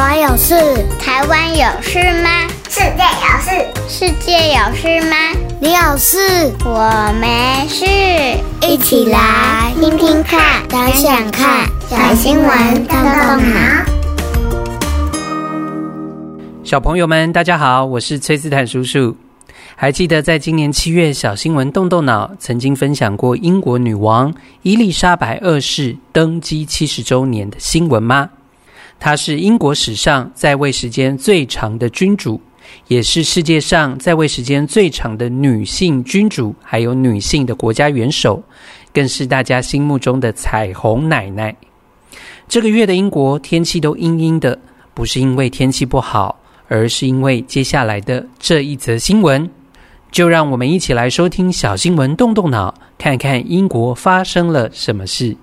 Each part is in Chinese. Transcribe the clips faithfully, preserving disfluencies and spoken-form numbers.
湾有事？ 台湾有事吗？ 世界有事？ 世界有事吗？ 你有事？ 我没事。 一起来听听看，想想看， 小新闻动动脑。 小朋友们，大家好，我是崔斯坦叔叔。还记得在今年七月，小新闻动动脑曾经分享过英国女王伊丽莎白二世登基七十周年的新闻吗？她是英国史上在位时间最长的君主，也是世界上在位时间最长的女性君主，还有女性的国家元首，更是大家心目中的彩虹奶奶。这个月的英国天气都阴阴的，不是因为天气不好，而是因为接下来的这一则新闻。就让我们一起来收听小新闻动动脑，看看英国发生了什么事。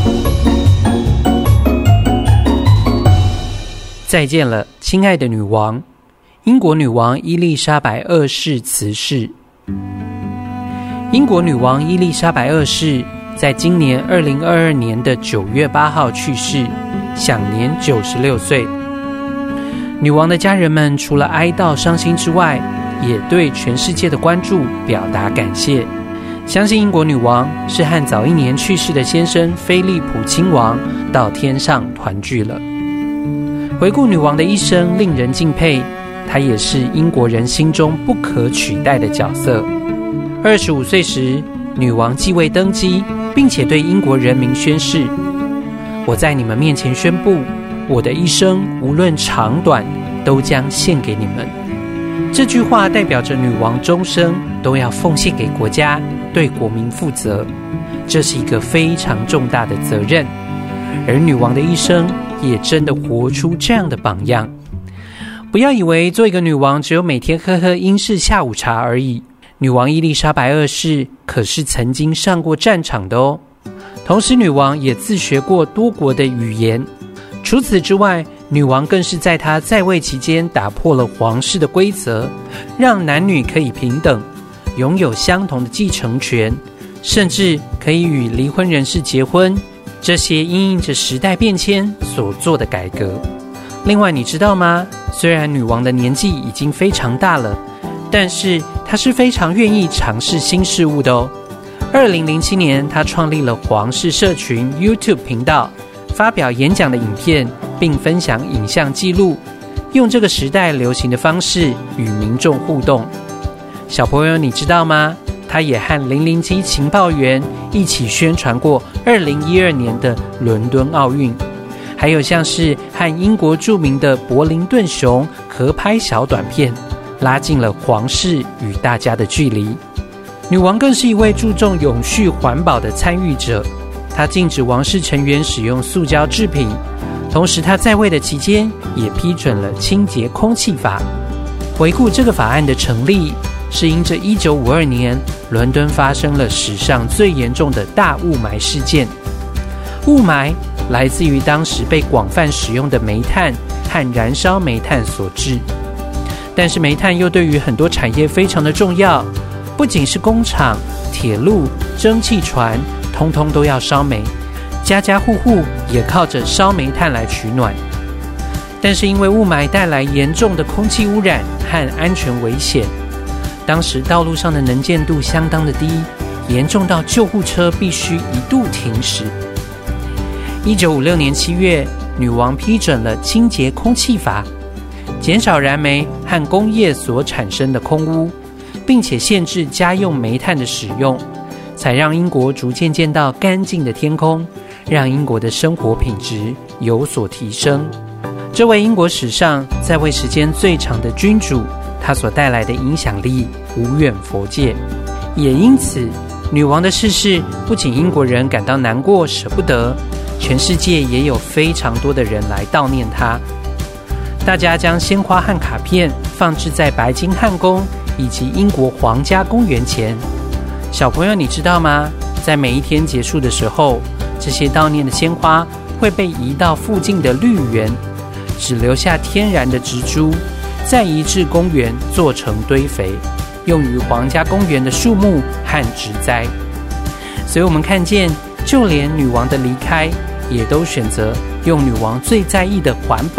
再见了，亲爱的女王。英国女王伊丽莎白二世辞世。英国女王伊丽莎白二世在今年二零二二年的九月八号去世，享年九十六岁。女王的家人们除了哀悼伤心之外，也对全世界的关注表达感谢。相信英国女王是和早一年去世的先生菲利普亲王到天上团聚了。回顾女王的一生令人敬佩，她也是英国人心中不可取代的角色。二十五岁时，女王继位登基，并且对英国人民宣誓：我在你们面前宣布，我的一生无论长短，都将献给你们。这句话代表着女王终生都要奉献给国家，对国民负责，这是一个非常重大的责任。而女王的一生也真的活出这样的榜样。不要以为做一个女王只有每天喝喝英式下午茶而已，女王伊丽莎白二世可是曾经上过战场的哦。同时女王也自学过多国的语言。除此之外，女王更是在她在位期间打破了皇室的规则，让男女可以平等，拥有相同的继承权，甚至可以与离婚人士结婚。这些因应着时代变迁所做的改革。另外你知道吗？虽然女王的年纪已经非常大了，但是她是非常愿意尝试新事物的哦。二零零七年，她创立了皇室社群 YouTube 频道，发表演讲的影片，并分享影像记录，用这个时代流行的方式与民众互动。小朋友你知道吗？他也和零零七情报员一起宣传过二零一二年的伦敦奥运，还有像是和英国著名的柏林顿熊合拍小短片，拉近了皇室与大家的距离。女王更是一位注重永续环保的参与者，她禁止王室成员使用塑胶制品，同时她在位的期间也批准了清洁空气法。回顾这个法案的成立，是因着一九五二年伦敦发生了史上最严重的大雾霾事件。雾霾来自于当时被广泛使用的煤炭和燃烧煤炭所致，但是煤炭又对于很多产业非常的重要，不仅是工厂、铁路、蒸汽船，通通都要烧煤，家家户户也靠着烧煤炭来取暖。但是因为雾霾带来严重的空气污染和安全危险，当时道路上的能见度相当的低，严重到救护车必须一度停驶。一九五六年七月，女王批准了清洁空气法，减少燃煤和工业所产生的空污，并且限制家用煤炭的使用，才让英国逐渐见到干净的天空，让英国的生活品质有所提升。这位英国史上在位时间最长的君主，他所带来的影响力无远弗届。也因此，女王的逝世不仅英国人感到难过舍不得，全世界也有非常多的人来悼念她。大家将鲜花和卡片放置在白金汉宫以及英国皇家公园前。小朋友你知道吗？在每一天结束的时候，这些悼念的鲜花会被移到附近的绿园，只留下天然的植株，再移至公园做成堆肥，用于皇家公园的树木和植栽。所以我们看见，就连女王的离开，也都选择用女王最在意的环保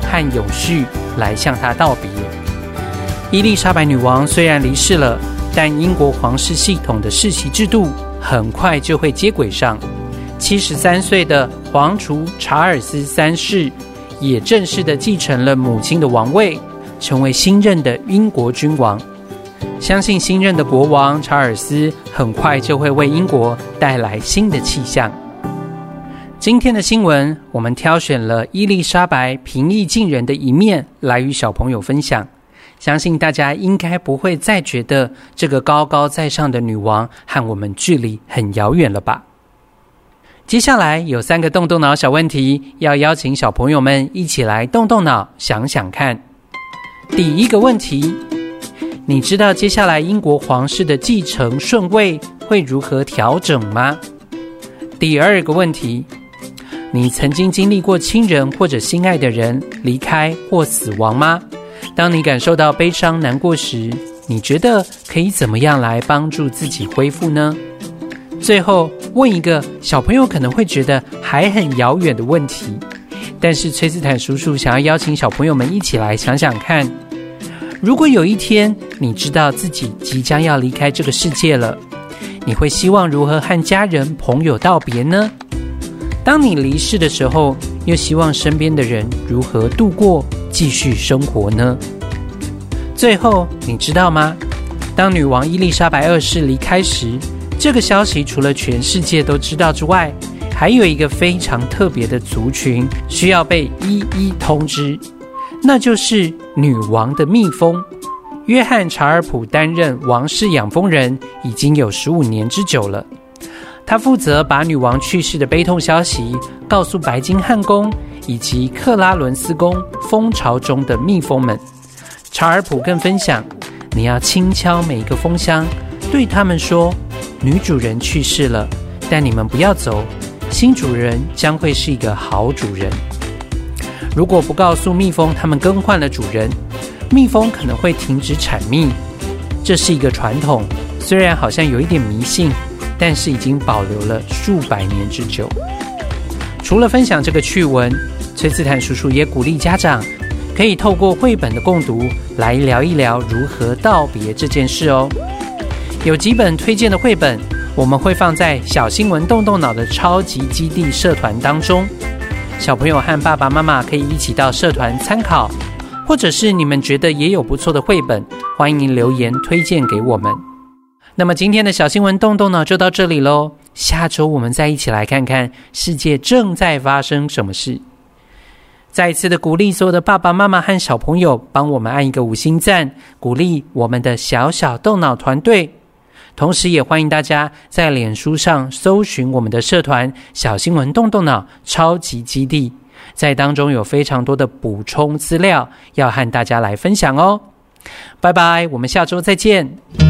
和永续来向她道别。伊丽莎白女王虽然离世了，但英国皇室系统的世袭制度很快就会接轨上。七十三岁的皇储查尔斯三世也正式的继承了母亲的王位，成为新任的英国君王。相信新任的国王查尔斯很快就会为英国带来新的气象。今天的新闻，我们挑选了伊丽莎白平易近人的一面来与小朋友分享。相信大家应该不会再觉得这个高高在上的女王和我们距离很遥远了吧？接下来有三个动动脑小问题，要邀请小朋友们一起来动动脑想想看。第一个问题，你知道接下来英国皇室的继承顺位会如何调整吗？第二个问题，你曾经经历过亲人或者心爱的人离开或死亡吗？当你感受到悲伤难过时，你觉得可以怎么样来帮助自己恢复呢？最后问一个小朋友可能会觉得还很遥远的问题，但是崔斯坦叔叔想要邀请小朋友们一起来想想看，如果有一天你知道自己即将要离开这个世界了，你会希望如何和家人朋友道别呢？当你离世的时候，又希望身边的人如何度过继续生活呢？最后你知道吗？当女王伊丽莎白二世离开时，这个消息除了全世界都知道之外，还有一个非常特别的族群需要被一一通知，那就是女王的蜜蜂。约翰·查尔普担任王室养蜂人已经有十五年之久了，他负责把女王去世的悲痛消息告诉白金汉宫以及克拉伦斯宫蜂巢中的蜜蜂们。查尔普更分享，你要轻敲每一个蜂箱，对他们说，女主人去世了，但你们不要走，新主人将会是一个好主人。如果不告诉蜜蜂他们更换了主人，蜜蜂可能会停止产蜜。这是一个传统，虽然好像有一点迷信，但是已经保留了数百年之久。除了分享这个趣闻，崔斯坦叔叔也鼓励家长可以透过绘本的共读来聊一聊如何道别这件事哦。有几本推荐的绘本，我们会放在小新闻动动脑的超级基地社团当中，小朋友和爸爸妈妈可以一起到社团参考，或者是你们觉得也有不错的绘本，欢迎您留言推荐给我们。那么今天的小新闻动动脑就到这里咯，下周我们再一起来看看世界正在发生什么事。再一次的鼓励所有的爸爸妈妈和小朋友帮我们按一个五星赞，鼓励我们的小小动脑团队。同时也欢迎大家在脸书上搜寻我们的社团小新闻动动脑超级基地，在当中有非常多的补充资料要和大家来分享哦。拜拜，我们下周再见。